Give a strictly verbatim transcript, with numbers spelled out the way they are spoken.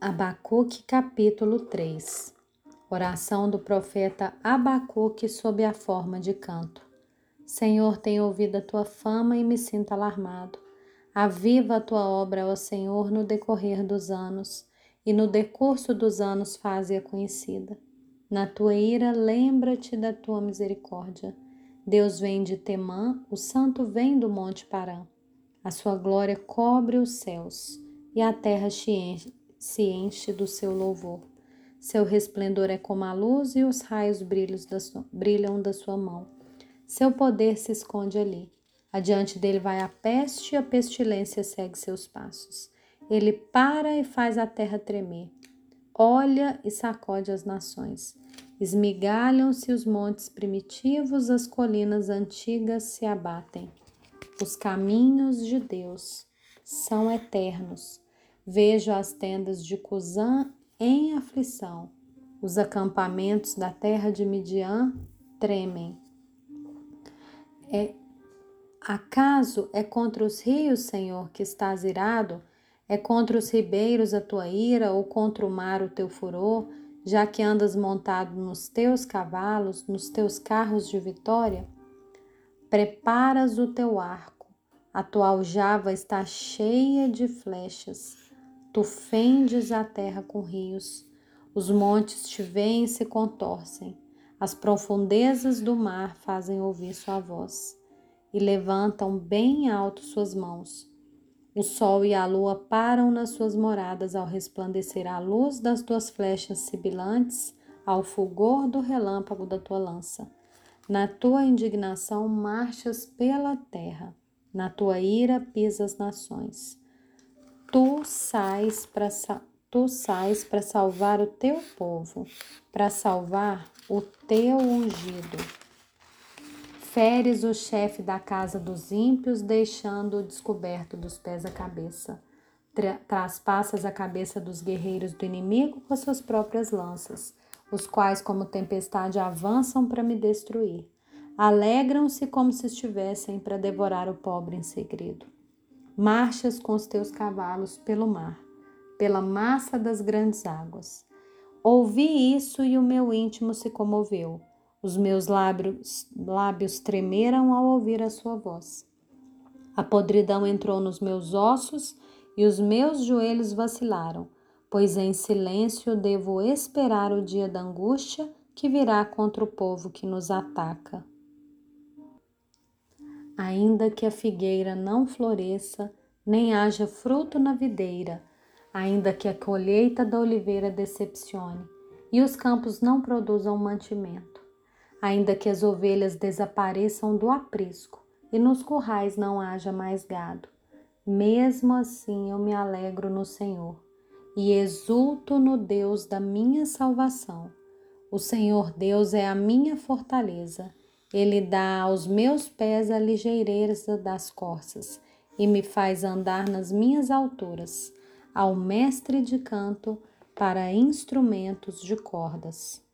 Abacuque capítulo três. Oração do profeta Abacuque sob a forma de canto. Senhor, tenho ouvido a tua fama e me sinto alarmado. Aviva a tua obra, ó Senhor, no decorrer dos anos, e no decurso dos anos faze-a conhecida. Na tua ira, lembra-te da tua misericórdia. Deus vem de Temã, o santo vem do monte Parã. A sua glória cobre os céus, e a terra se enche se enche do seu louvor. Seu resplendor é como a luz e os raios da sua, brilham da sua mão. Seu poder se esconde ali. Adiante dele vai a peste e a pestilência segue seus passos. Ele para e faz a terra tremer. Olha e sacode as nações. Esmigalham-se os montes primitivos, as colinas antigas se abatem. Os caminhos de Deus são eternos. Vejo as tendas de Cusã em aflição. Os acampamentos da terra de Midian tremem. É, acaso é contra os rios, Senhor, que estás irado? É contra os ribeiros a tua ira, ou contra o mar o teu furor, já que andas montado nos teus cavalos, nos teus carros de vitória? Preparas o teu arco, a tua aljava está cheia de flechas. Tu fendes a terra com rios, os montes te veem e se contorcem, as profundezas do mar fazem ouvir sua voz, e levantam bem alto suas mãos. O sol e a lua param nas suas moradas ao resplandecer a luz das tuas flechas sibilantes, ao fulgor do relâmpago da tua lança. Na tua indignação marchas pela terra, na tua ira pisas as nações. Tu sais para tu sais para salvar o teu povo, para salvar o teu ungido. Feres o chefe da casa dos ímpios, deixando-o descoberto dos pés à cabeça. Tra- Traspassas a cabeça dos guerreiros do inimigo com as suas próprias lanças, os quais como tempestade avançam para me destruir. Alegram-se como se estivessem para devorar o pobre em segredo. Marchas com os teus cavalos pelo mar, pela massa das grandes águas. Ouvi isso e o meu íntimo se comoveu. Os meus lábios, lábios tremeram ao ouvir a sua voz. A podridão entrou nos meus ossos e os meus joelhos vacilaram, pois em silêncio devo esperar o dia da angústia que virá contra o povo que nos ataca. Ainda que a figueira não floresça, nem haja fruto na videira, ainda que a colheita da oliveira decepcione, e os campos não produzam mantimento, ainda que as ovelhas desapareçam do aprisco, e nos currais não haja mais gado, mesmo assim eu me alegro no Senhor, e exulto no Deus da minha salvação. O Senhor Deus é a minha fortaleza. Ele dá aos meus pés a ligeireza das corças e me faz andar nas minhas alturas, ao mestre de canto para instrumentos de cordas.